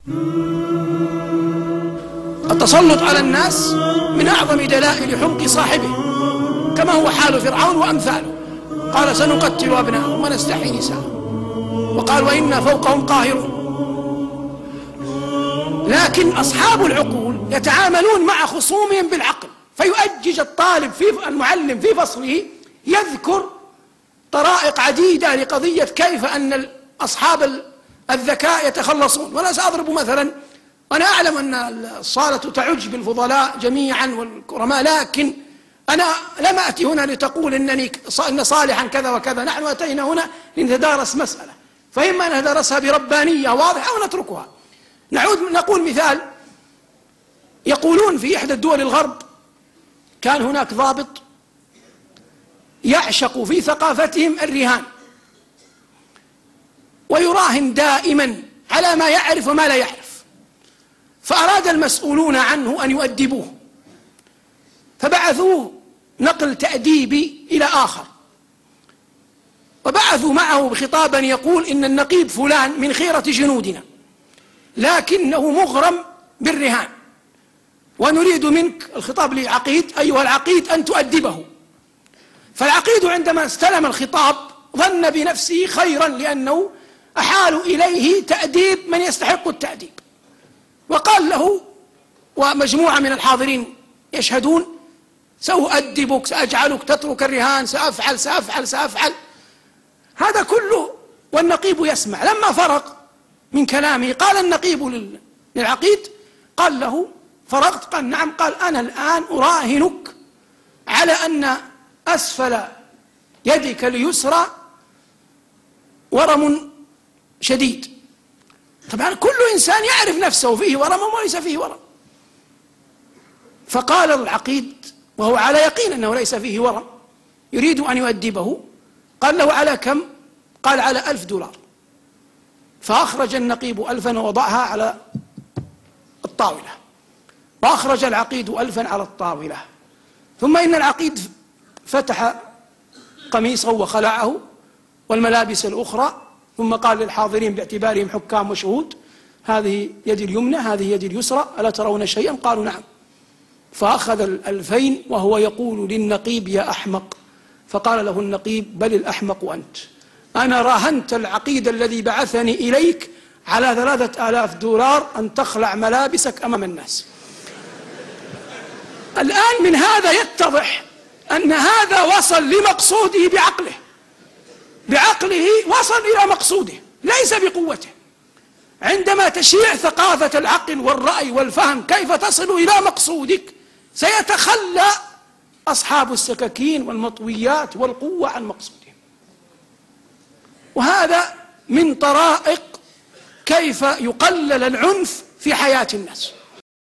التسلط على الناس من أعظم دلائل حمق صاحبه، كما هو حال فرعون وأمثاله. قال سنقتل أبناءهم ونستحيي نساءهم، وقال وإنا فوقهم قاهرون. لكن أصحاب العقول يتعاملون مع خصومهم بالعقل، فيؤجج الطالب المعلم في فصله يذكر طرائق عديدة لقضية كيف أن أصحاب الذكاء يتخلصون. وأنا سأضرب مثلا، وأنا أعلم أن الصالة تعج بالفضلاء جميعا والكرماء، لكن أنا لم أتي هنا لتقول إن صالحا كذا وكذا. نحن أتينا هنا لنتدارس مسألة، فإما أن ندرسها بربانية واضحة أو نتركها. نقول مثال، يقولون في إحدى الدول الغرب كان هناك ضابط يعشق في ثقافتهم الرهان، ويراهن دائما على ما يعرف وما لا يعرف، فأراد المسؤولون عنه أن يؤدبوه، فبعثوه نقل تأديبي إلى آخر، وبعثوا معه بخطابا يقول إن النقيب فلان من خيرة جنودنا، لكنه مغرم بالرهان، ونريد منك، الخطاب لعقيد، أيها العقيد أن تؤدبه. فالعقيد عندما استلم الخطاب ظن بنفسه خيرا، لأنه أحالوا إليه تأديب من يستحق التأديب، وقال له ومجموعة من الحاضرين يشهدون سأؤدبك، سأجعلك تترك الرهان، سأفعل هذا كله، والنقيب يسمع. لما فرغ من كلامه قال النقيب للعقيد، قال له فرغت؟ قال نعم. قال أنا الآن أراهنك على أن أسفل يدك اليسرى ورم شديد. طبعا كل إنسان يعرف نفسه فيه ورم وليس فيه ورم. فقال العقيد وهو على يقين أنه ليس فيه ورم يريد أن يؤدبه، قال له على كم؟ قال على $1000. فأخرج النقيب 1000 ووضعها على الطاولة، وأخرج العقيد 1000 على الطاولة. ثم إن العقيد فتح قميصه وخلعه والملابس الأخرى، ثم قال للحاضرين باعتبارهم حكام وشهود: هذه يدي اليمنى، هذه يدي اليسرى، ألا ترون شيئا؟ قالوا نعم. فأخذ 2000 وهو يقول للنقيب: يا أحمق. فقال له النقيب: بل الأحمق أنت، أنا راهنت العقيد الذي بعثني إليك على $3000 أن تخلع ملابسك أمام الناس. الآن من هذا يتضح أن هذا وصل لمقصوده بعقله وصل إلى مقصوده ليس بقوته. عندما تشيع ثقافة العقل والرأي والفهم كيف تصل إلى مقصودك، سيتخلى أصحاب السكاكين والمطويات والقوة عن مقصودهم. وهذا من طرائق كيف يقلل العنف في حياة الناس.